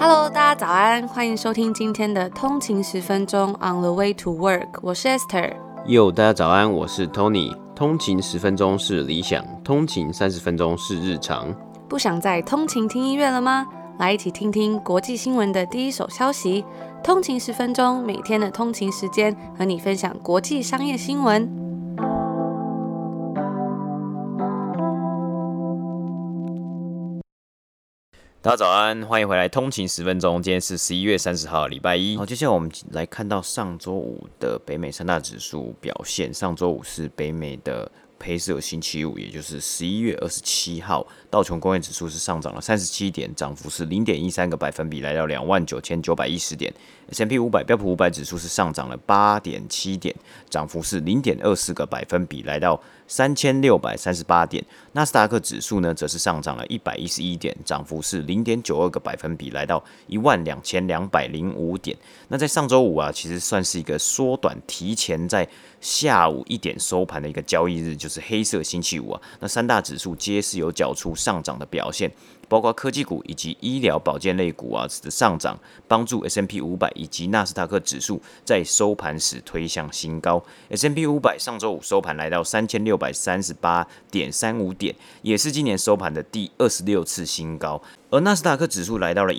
Hello， 大家早安，欢迎收听今天的通勤10分钟 On the way to work， 我是 Esther。 大家早安，我是 Tony。通勤10分钟是理想，通勤30分钟是日常。 不想再通勤听音乐了吗？来一起听听国际新闻的第一手消息。通勤10分钟，每天的通勤时间和你分享国际商业新闻。 大家早安，欢迎回来通勤10分钟。今天是11月30号，礼拜一。好，接下来我们来看到上周五的北美三大指数表现。上周五是北美的黑色星期五，也就是11月27号，道琼工业指数是上涨了37点，涨幅是 0.13 个百分比，来到29,910点。S&P 500标普500指数是上涨了 8.7 点，涨幅是 0.24 个百分比，来到3,638点。纳斯达克指数呢，则是上涨了111点，涨幅是 0.92 个百分比，来到12,205点。那在上周五啊，其实算是一个缩短、提前在下午1点收盘的一个交易日，就是黑色星期五啊。那三大指数皆是有缴出上涨的表现，包括科技股以及医疗保健类股啊的上涨，帮助 S&P 500以及纳斯达克指数在收盘时推向新高。S&P 500上周五收盘来到3,638.35点，也是今年收盘的第26次新高。而纳斯达克指数来到了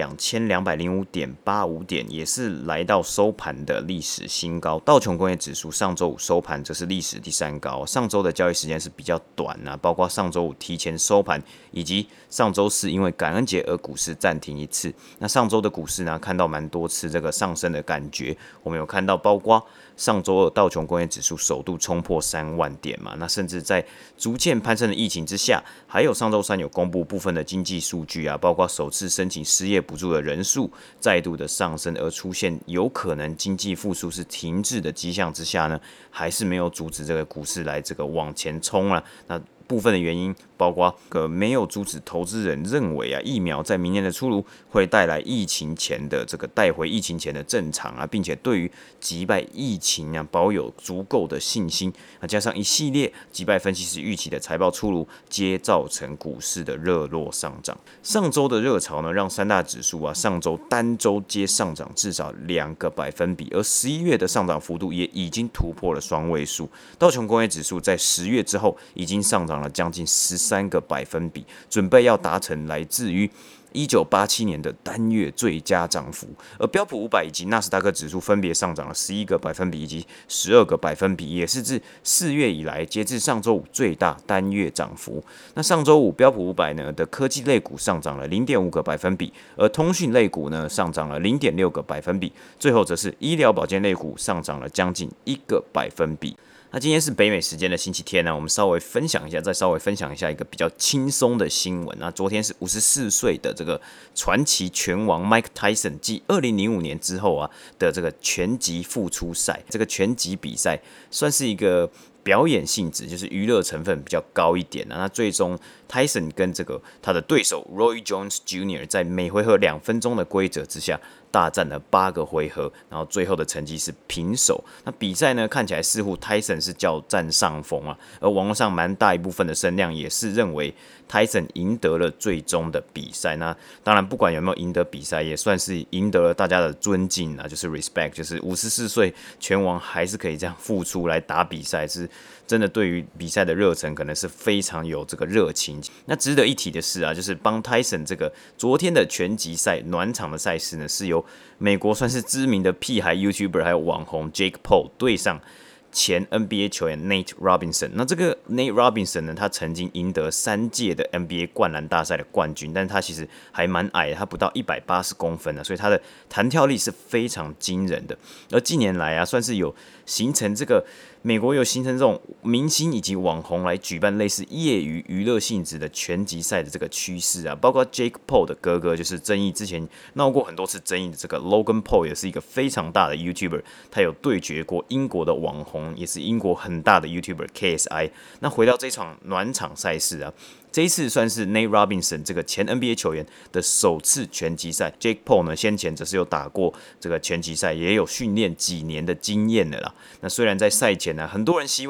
12,205.85点，也是来到收盘的历史新高。道琼工业指数上周五收盘则是历史第3高。上周的交易时间是比较短啊，包括上周五提前收盘，以及上周四因为感恩节而股市暂停一次。那上周的股市呢，看到蛮多次这个上升的感觉，我们有看到包括上周二道琼工业指数首度冲破3万点嘛，那甚至在逐渐攀升的疫情之下，还有上周三有公布部分的经济数据啊，包括首次申请失业补助的人数再度的上升，而出现有可能经济复苏是停滞的迹象之下呢，还是没有阻止这个股市来这个往前冲啊。那部分的原因包括没有阻止投资人认为啊，疫苗在明年的出炉会带来疫情前的这个带回疫情前的正常啊，并且对于击败疫情啊保有足够的信心啊，加上一系列击败分析师预期的财报出炉，皆造成股市的热络上涨。上周的热潮呢，让三大指数啊上周单周皆上涨至少2个百分比，而11月的上涨幅度也已经突破了双位数。道琼工业指数在10月之后已经上涨了将近13个百分比，准备要达成来自于1987年的单月最佳涨幅。而标普500以及纳斯达克指数分别上涨了11个百分比以及12个百分比，也是自4月以来截至上周五最大单月涨幅。那上周五标普500呢的科技类股上涨了 0.5 个百分比，而通讯类股呢上涨了 0.6 个百分比，最后则是医疗保健类股上涨了将近1个百分比。那今天是北美时间的星期天呢，我们稍微分享一下一个比较轻松的新闻。那昨天是54岁的这个传奇拳王 Mike Tyson 继2005年之后啊的这个拳击复出赛，这个拳击比赛算是一个表演性质，就是娱乐成分比较高一点啊。那最终 Tyson 跟这个他的对手 Roy Jones Jr. 在每回合2分钟的规则之下大战了8个回合，然后最后的成绩是平手。那比赛呢，看起来似乎 Tyson 是较占上风啊，而网络上蛮大一部分的声量也是认为 Tyson 赢得了最终的比赛。那当然，不管有没有赢得比赛，也算是赢得了大家的尊敬啊，就是 respect， 就是54岁拳王还是可以这样复出来打比赛，是真的对于比赛的热忱可能是非常有这个热情。那值得一提的是啊，就是帮 Tyson 这个昨天的拳击赛暖场的赛事呢，是由美国算是知名的屁孩 YouTuber 还有网红 Jake Paul 对上前 NBA 球员 Nate Robinson。 那这个 Nate Robinson 呢，他曾经赢得3届的 NBA 灌篮大赛的冠军，但是他其实还蛮矮的，他不到180公分，所以他的弹跳力是非常惊人的。而近年来啊，算是有形成这个美国有形成这种明星以及网红来举办类似业余娱乐性质的拳击赛的这个趋势啊，包括 Jake Paul 的哥哥，就是争议之前闹过很多次争议的这个 Logan Paul， 也是一个非常大的 YouTuber， 他有对决过英国的网红，也是英国很大的 YouTuber KSI。那回到这场暖场赛事啊，这一次算是 Nate Robinson 这个前 NBA 球员的首次拳击赛。Jake Paul 呢，先前则是有打过这个拳击赛，也有训练几年的经验的啦。那虽然在赛前呢，很多人希望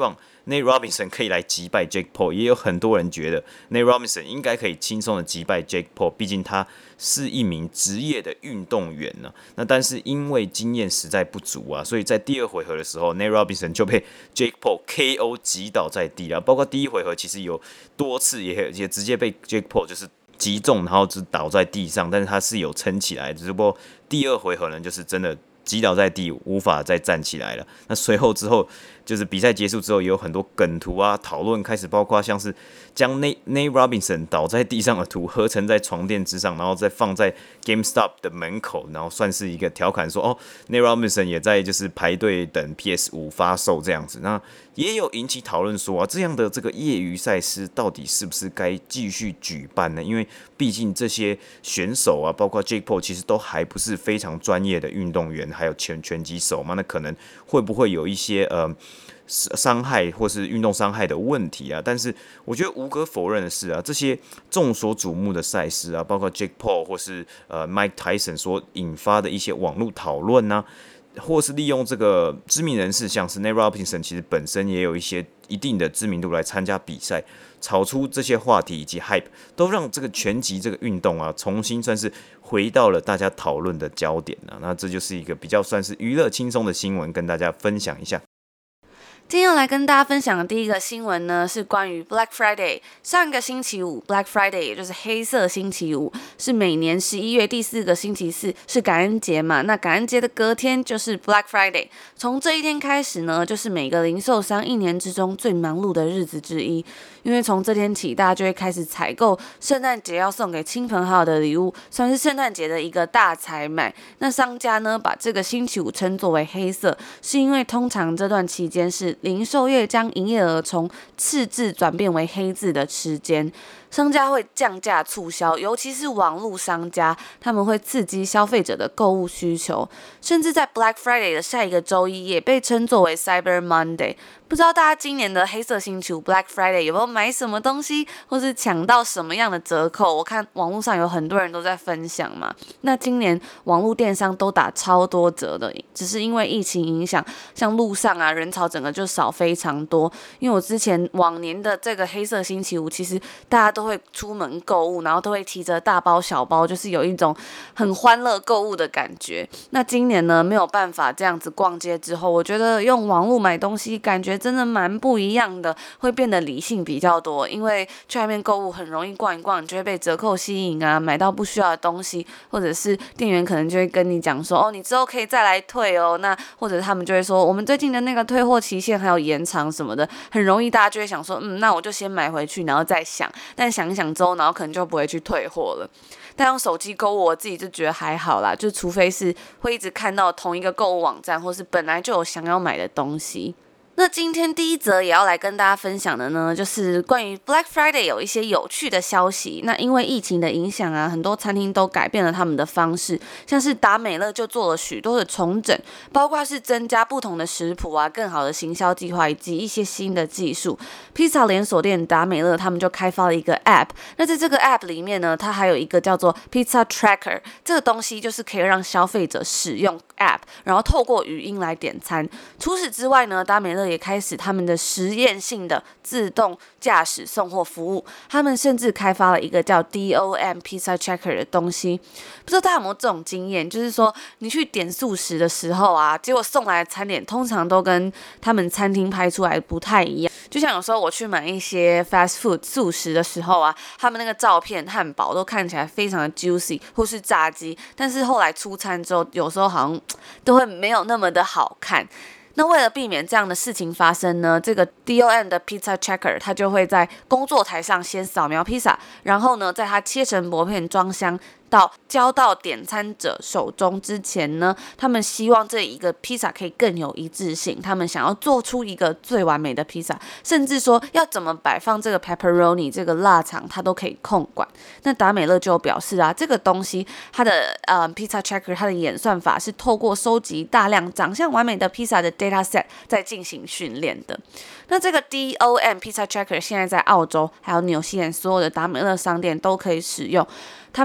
Nate Robinson 可以来击败 Jake Paul， 也有很多人觉得 Nate Robinson 应该可以轻松的击败 Jake Paul， 毕竟他是一名职业的运动员呢。那但是因为经验实在不足啊，所以在第2回合的时候 ，Nate Robinson 就被 Jake Paul KO 击倒在地了。包括第1回合其实有多次也直接被 Jake Paul 就是击中，然后就倒在地上，但是他是有撑起来，只不过第2回合呢，就是真的击倒在地，无法再站起来了。那随后之后，就是比赛结束之后，也有很多梗图啊讨论开始，包括像是将 Nate Robinson 倒在地上的图合成在床垫之上，然后再放在 GameStop 的门口，然后算是一个调侃说，哦 ，Nate Robinson 也在就是排队等 PS5 发售这样子。那也有引起讨论说啊，这样的这个业余赛事到底是不是该继续举办呢？因为毕竟这些选手啊，包括 Jake Paul， 其实都还不是非常专业的运动员，还有拳击手嘛，那可能会不会有一些伤害或是运动伤害的问题啊？但是我觉得无可否认的是啊，这些众所瞩目的赛事啊，包括 Jake Paul 或是Mike Tyson 所引发的一些网络讨论啊，或是利用这个知名人士，像是 Nate Robinson， 其实本身也有一些一定的知名度来参加比赛，炒出这些话题以及 hype， 都让这个拳击这个运动啊，重新算是回到了大家讨论的焦点啊。那这就是一个比较算是娱乐轻松的新闻，跟大家分享一下。 今天要来跟大家分享的第一个新闻呢，是关于 Black Friday。上个星期五 Black Friday， 也就是黑色星期五，是每年11月第4个星期四，是感恩节嘛。那感恩节的隔天就是 Black Friday。从这一天开始呢，就是每个零售商一年之中最忙碌的日子之一。因为从这天起，大家就会开始采购圣诞节要送给亲朋好友的礼物，算是圣诞节的一个大采买。那商家呢，把这个星期五称作为黑色，是因为通常这段期间是零售业将营业额从赤字转变为黑字的时间。商家会降价促销，尤其是网络商家，他们会刺激消费者的购物需求，甚至在 Black Friday 的下一个周一也被称作为 Cyber Monday。不知道大家今年的黑色星期五 Black Friday 有没有买什么东西，或是抢到什么样的折扣？我看网络上有很多人都在分享嘛。那今年网络电商都打超多折的，只是因为疫情影响，像路上啊人潮整个就少非常多。因为我之前往年的这个黑色星期五，其实大家都会出门购物，然后都会提着大包小包，就是有一种很欢乐购物的感觉。那今年呢，没有办法这样子逛街之后，我觉得用网络买东西感觉真的蛮不一样的，会变得理性比较多。因为去外面购物很容易逛一逛，你就会被折扣吸引啊，买到不需要的东西，或者是店员可能就会跟你讲说，哦，你之后可以再来退哦。那或者他们就会说，我们最近的那个退货期限还有延长什么的，很容易大家就会想说，那我就先买回去，然后再想。但想一想之后，然后可能就不会去退货了。但用手机购物，我自己就觉得还好啦，就除非是会一直看到同一个购物网站，或是本来就有想要买的东西。那今天第一则也要来跟大家分享的呢，就是关于 Black Friday 有一些有趣的消息。那因为疫情的影响啊，很多餐厅都改变了他们的方式，像是达美乐就做了许多的重整，包括是增加不同的食谱啊、更好的行销计划以及一些新的技术。披萨连锁店达美乐他们就开发了一个 App， 那在这个 App 里面呢，它还有一个叫做 Pizza Tracker， 这个东西就是可以让消费者使用 App， 然后透过语音来点餐。除此之外呢，达美乐也开始他们的实验性的自动驾驶送货服务，他们甚至开发了一个叫 DOM Pizza Checker 的东西。不知道大家有没有这种经验，就是说你去点素食的时候啊，结果送来的餐点通常都跟他们餐厅拍出来不太一样。就像有时候我去买一些 fast food 素食的时候啊，他们那个照片汉堡都看起来非常的 juicy 或是炸鸡，但是后来出餐之后，有时候好像都会没有那么的好看。那为了避免这样的事情发生呢，这个 DOM 的 Pizza Checker 它就会在工作台上先扫描披萨，然后呢，在它切成薄片装箱到交到点餐者手中之前呢，他们希望这一个披萨可以更有一致性，他们想要做出一个最完美的披萨，甚至说要怎么摆放这个 pepperoni 这个腊肠，它都可以控管。那达美乐就表示啊，这个东西它的Pizza Checker 它的演算法是透过收集大量长相完美的披萨的 data set 在进行训练的。那这个 DOM Pizza Checker 现在在澳洲还有纽西兰所有的达美乐商店都可以使用，他们并且会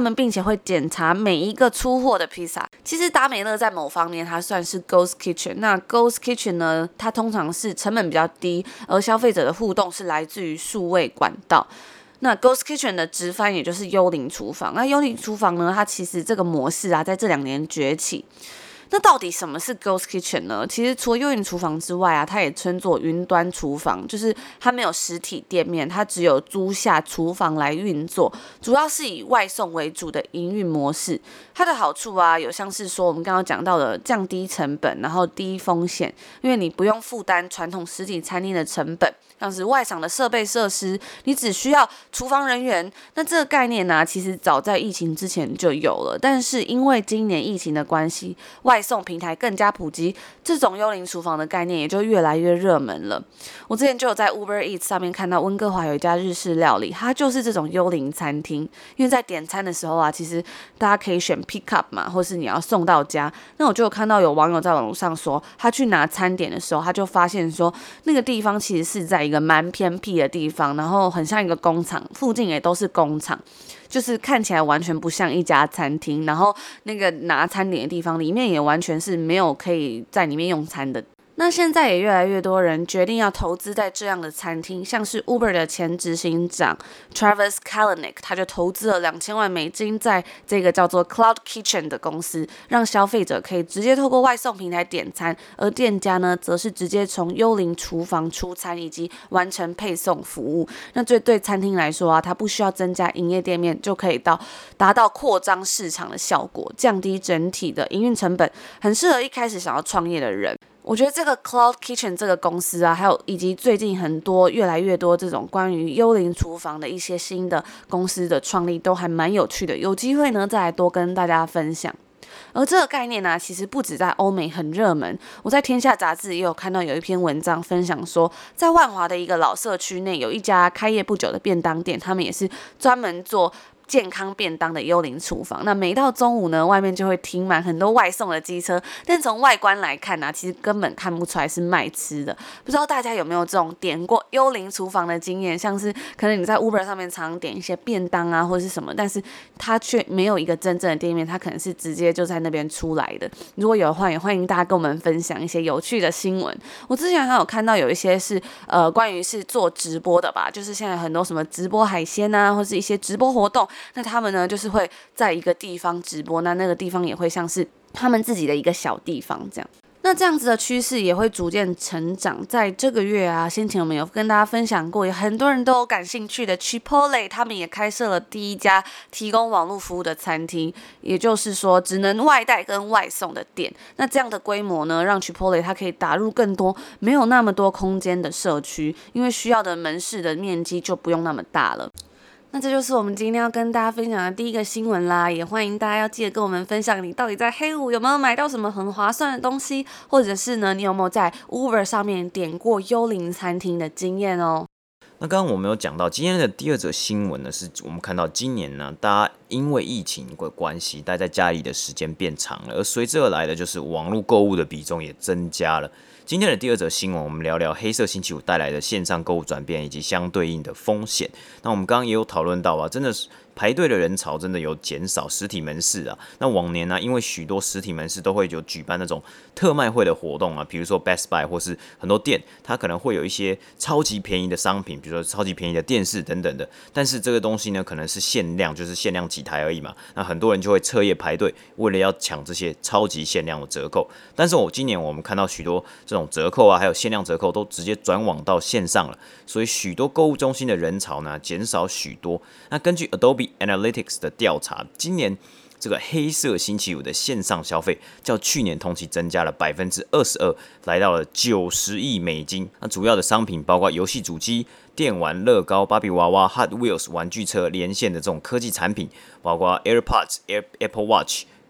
会检查每一个出货的披萨。其实达美乐在某方面它算是 Ghost Kitchen， 那 Ghost Kitchen 呢，它通常是成本比较低，而消费者的互动是来自于数位管道。那 Ghost Kitchen 的直翻也就是幽灵厨房。那幽灵厨房呢，它其实这个模式啊，在这2年崛起。那到底什么是 Ghost Kitchen 呢？其实除了幽灵厨房之外啊，它也称作云端厨房，就是它没有实体店面，它只有租下厨房来运作，主要是以外送为主的营运模式。它的好处啊，有像是说我们刚刚讲到的降低成本，然后低风险，因为你不用负担传统实体餐厅的成本，像是外场的设备设施，你只需要厨房人员。那这个概念呢，其实早在疫情之前就有了，但是因为今年疫情的关系，外送平台更加普及，这种幽灵厨房的概念也就越来越热门了。我之前就有在 Uber Eats 上面看到温哥华有一家日式料理，它就是这种幽灵餐厅。因为在点餐的时候啊，其实大家可以选 pick up 嘛，或是你要送到家。那我就有看到有网友在网络上说，他去拿餐点的时候，他就发现说那个地方其实是在一个蛮偏僻的地方，然后很像一个工厂，附近也都是工厂。就是看起来完全不像一家餐厅，然后那个拿餐点的地方里面也完全是没有可以在里面用餐的。那现在也越来越多人决定要投资在这样的餐厅，像是 Uber 的前执行长 Travis Kalanick， 他就投资了$2000万在这个叫做 Cloud Kitchen 的公司，让消费者可以直接透过外送平台点餐，而店家呢，则是直接从幽灵厨房出餐以及完成配送服务。那对餐厅来说啊，它不需要增加营业店面，就可以达到扩张市场的效果，降低整体的营运成本，很适合一开始想要创业的人。我觉得这个 Cloud Kitchen 这个公司啊，还有以及最近越来越多这种关于幽灵厨房的一些新的公司的创立，都还蛮有趣的。有机会呢，再来多跟大家分享。而这个概念呢，其实不止在欧美很热门。我在天下杂志也有看到有一篇文章分享说，在万华的一个老社区内，有一家开业不久的便当店，他们也是专门做健康便当的幽灵厨房。那每到中午呢，外面就会停满很多外送的机车，但从外观来看啊，其实根本看不出来是卖吃的。不知道大家有没有这种点过幽灵厨房的经验？像是可能你在 Uber 上面常点一些便当啊，或者是什么，但是它却没有一个真正的店面，它可能是直接就在那边出来的。如果有的话，也欢迎大家跟我们分享一些有趣的新闻。我之前还有看到有一些是关于是做直播的吧，就是现在很多什么直播海鲜啊，或是一些直播活动。那他们呢，就是会在一个地方直播，那个地方也会像是他们自己的一个小地方这样。那这样子的趋势也会逐渐成长。在这个月啊，先前我们有跟大家分享过，有很多人都有感兴趣的 Chipotle， 他们也开设了第一家提供网络服务的餐厅，也就是说只能外带跟外送的店。那这样的规模呢，让 Chipotle 它可以打入更多没有那么多空间的社区，因为需要的门市的面积就不用那么大了。那这就是我们今天要跟大家分享的第一个新闻啦，也欢迎大家要记得跟我们分享你到底在黑五有没有买到什么很划算的东西，或者是呢，你有没有在 Uber 上面点过幽灵餐厅的经验哦。 那刚刚我们有讲到今天的第二则新闻呢，是我们看到今年呢，大家因为疫情的关系，待在家里的时间变长了，而随之而来的就是网络购物的比重也增加了。今天的第二则新闻，我们聊聊黑色星期五带来的线上购物转变以及相对应的风险。那我们刚刚也有讨论到啊，真的是排队的人潮真的有减少，实体门市啊。那往年呢，因为许多实体门市都会有举办那种特卖会的活动啊，比如说 Best Buy 或是很多店，它可能会有一些超级便宜的商品，比如说超级便宜的电视等等的。但是这个东西呢，可能是限量，就是限量几台而已嘛。那很多人就会彻夜排队，为了要抢这些超级限量的折扣。但是今年我们看到许多这种折扣啊，还有限量折扣都直接转往到线上了，所以许多购物中心的人潮呢减少许多。那根据 Adobe Analytics 的调查，今年这个黑色星期五的线上消费较去年同期增加了22%，来到了$90亿。那主要的商品包括游戏主机、电玩、乐高、芭比娃娃、Hot Wheels 玩具车连线的这种科技产品，包括 AirPods、Apple Watch、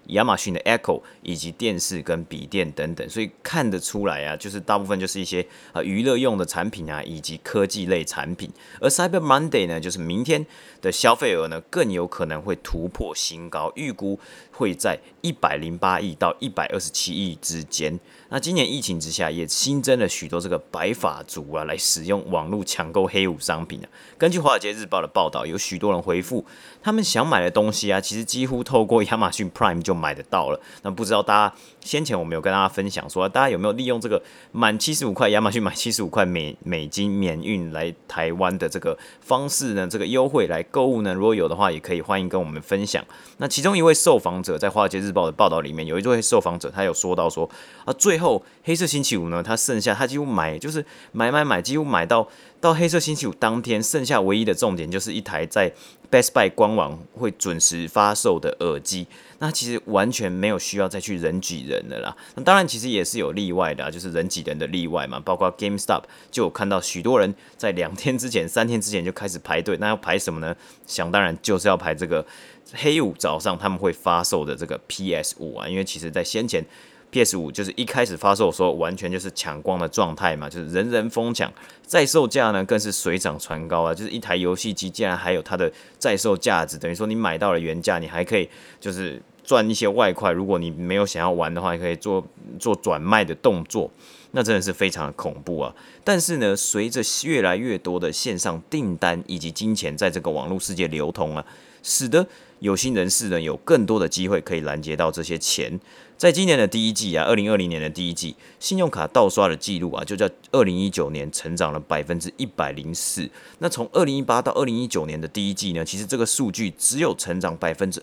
亚马逊的 Echo 以及电视跟笔电等等，所以看得出来啊，就是大部分就是一些娱乐用的产品啊，以及科技类产品。而 Cyber Monday 呢，就是明天的消费额呢，更有可能会突破新高，预估会在108亿到127亿之间。那今年疫情之下，也新增了许多这个白发族啊，来使用网络抢购黑五商品啊。根据《华尔街日报》的报道，有许多人回复，他们想买的东西啊，其实几乎透过亚马逊 Prime 就买得到了。那不知道大家先前我们有跟大家分享说，大家有没有利用这个满75块亚马逊满75块美金免运来台湾的这个方式呢？这个优惠来购物呢？如果有的话，也可以欢迎跟我们分享。那其中一位受访者在《华尔街日报》的报道里面，有一位受访者他有说到说最后黑色星期五呢，他几乎买就是买，几乎买到黑色星期五当天，剩下唯一的重点就是一台在 Best Buy 官网会准时发售的耳机。那其实完全没有需要再去人挤人的啦。那当然其实也是有例外的就是人挤人的例外嘛，包括 GameStop 就有看到许多人在2天之前、3天之前就开始排队。那要排什么呢？想当然就是要排这个黑五早上他们会发售的这个 PS5啊，因为其实在先前PS5 就是一开始发售的时候，完全就是抢光的状态嘛，就是人人疯抢，在售价呢更是水涨船高啊！就是一台游戏机竟然还有它的在售价值，等于说你买到了原价，你还可以就是赚一些外快。如果你没有想要玩的话，你可以做转卖的动作，那真的是非常的恐怖啊！但是呢，随着越来越多的线上订单以及金钱在这个网络世界流通啊，使得有心人士呢有更多的机会可以拦截到这些钱。在今年的第一季啊，2020年的第一季，信用卡盗刷的记录啊，就在2019年成长了104%。那从2018到2019年的第一季呢，其实这个数据只有成长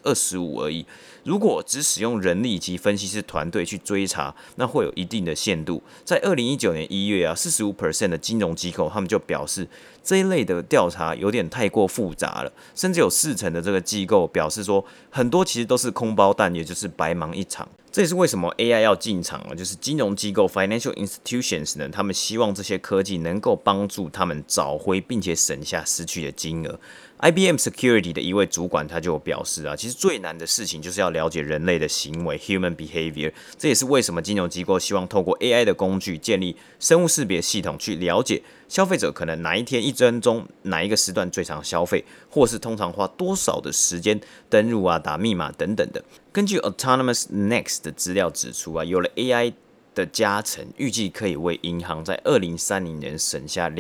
25%而已。如果只使用人力及分析师团队去追查，那会有一定的限度。在2019年1月啊，45% 的金融机构他们就表示，这一类的调查有点太过复杂了，甚至有40%的这个机构表示说，很多其实都是空包弹，也就是白忙一场。这也是为什么 AI 要进场了，就是金融机构 financial institutions 呢，他们希望这些科技能够帮助他们找回并且省下失去的金额。IBM Security 的一位主管他就有表示其实最难的事情就是要了解人类的行为 human behavior。这也是为什么金融机构希望透过 AI 的工具建立生物识别系统，去了解消费者可能哪一天1分钟哪一个时段最常消费，或是通常花多少的时间登入打密码等等的。根据 Autonomous Next 的资料指出有了 AI 的加成，预计可以为银行在2030年省下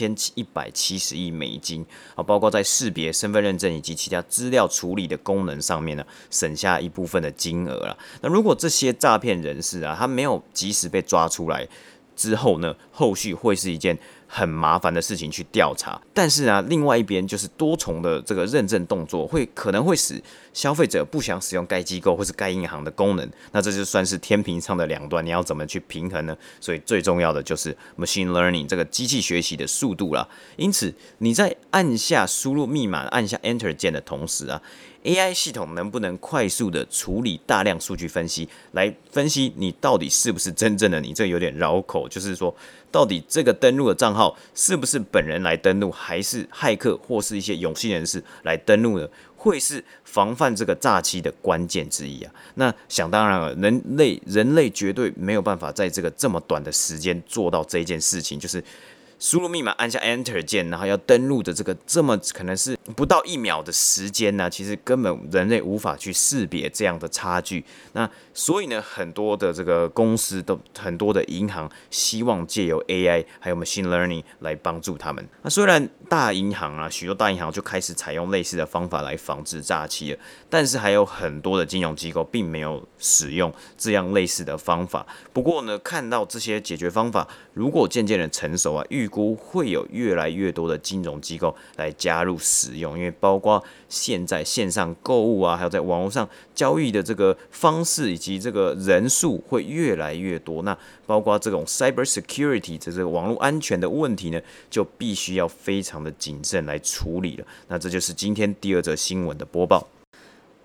2170亿美金包括在识别、身份认证以及其他资料处理的功能上面呢，省下一部分的金额啦。那如果这些诈骗人士他没有及时被抓出来之后呢，后续会是一件很麻烦的事情去调查。但是另外一边就是多重的这个认证动作可能会使消费者不想使用该机构或是该银行的功能，那这就算是天平上的两端，你要怎么去平衡呢？所以最重要的就是 machine learning 这个机器学习的速度啦。因此你在按下输入密码、按下 Enter 键的同时AI 系统能不能快速的处理大量数据分析，来分析你到底是不是真正的你？这有点绕口，就是说到底这个登录的账号是不是本人来登录，还是骇客或是一些有心人士来登录呢？会是防范这个诈欺的关键之一那想当然了，人类绝对没有办法在这个这么短的时间做到这一件事情，就是输入密码按下 Enter 键，然后要登录的这个这么可能是不到1秒的时间其实根本人类无法去识别这样的差距。那所以呢，很多的这个公司很多的银行希望借由 AI 还有 machine learning 来帮助他们。那虽然大银行许多大银行就开始采用类似的方法来防治诈欺了，但是还有很多的金融机构并没有使用这样类似的方法。不过呢，看到这些解决方法如果渐渐的成熟预估会有越来越多的金融机构来加入使用，因为包括现在线上购物还有在网络上交易的这个方式以及这个人数会越来越多。那包括这种 cyber security 这个网络安全的问题呢，就必须要非常的谨慎来处理了。那这就是今天第2则新闻的播报。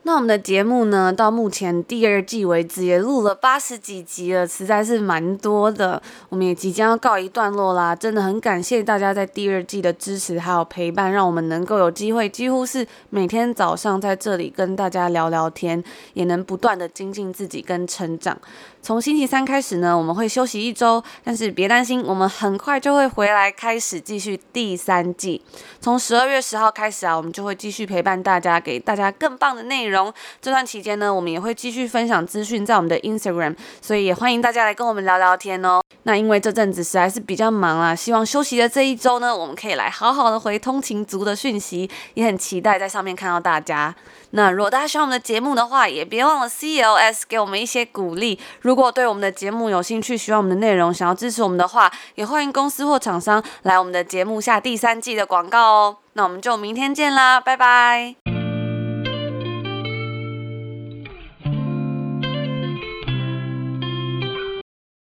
那我们的节目呢，到目前第2季为止也录了80几集了，实在是蛮多的。我们也即将要告一段落啦，真的很感谢大家在第2季的支持还有陪伴，让我们能够有机会几乎是每天早上在这里跟大家聊聊天，也能不断的精进自己跟成长。从星期3开始呢，我们会休息1周，但是别担心，我们很快就会回来开始继续第3季。从12月10号开始啊，我们就会继续陪伴大家，给大家更棒的内容。这段期间呢，我们也会继续分享资讯在我们的 Instagram， 所以也欢迎大家来跟我们聊聊天哦。那因为这阵子实在是比较忙啦，希望休息的这1周呢，我们可以来好好的回通勤族的讯息，也很期待在上面看到大家。那如果大家喜欢我们的节目的话，也别忘了 CLS 给我们一些鼓励。如果对我们的节目有兴趣，喜欢我们的内容，想要支持我们的话，也欢迎公司或厂商来我们的节目下第3季的广告哦。那我们就明天见啦，拜拜。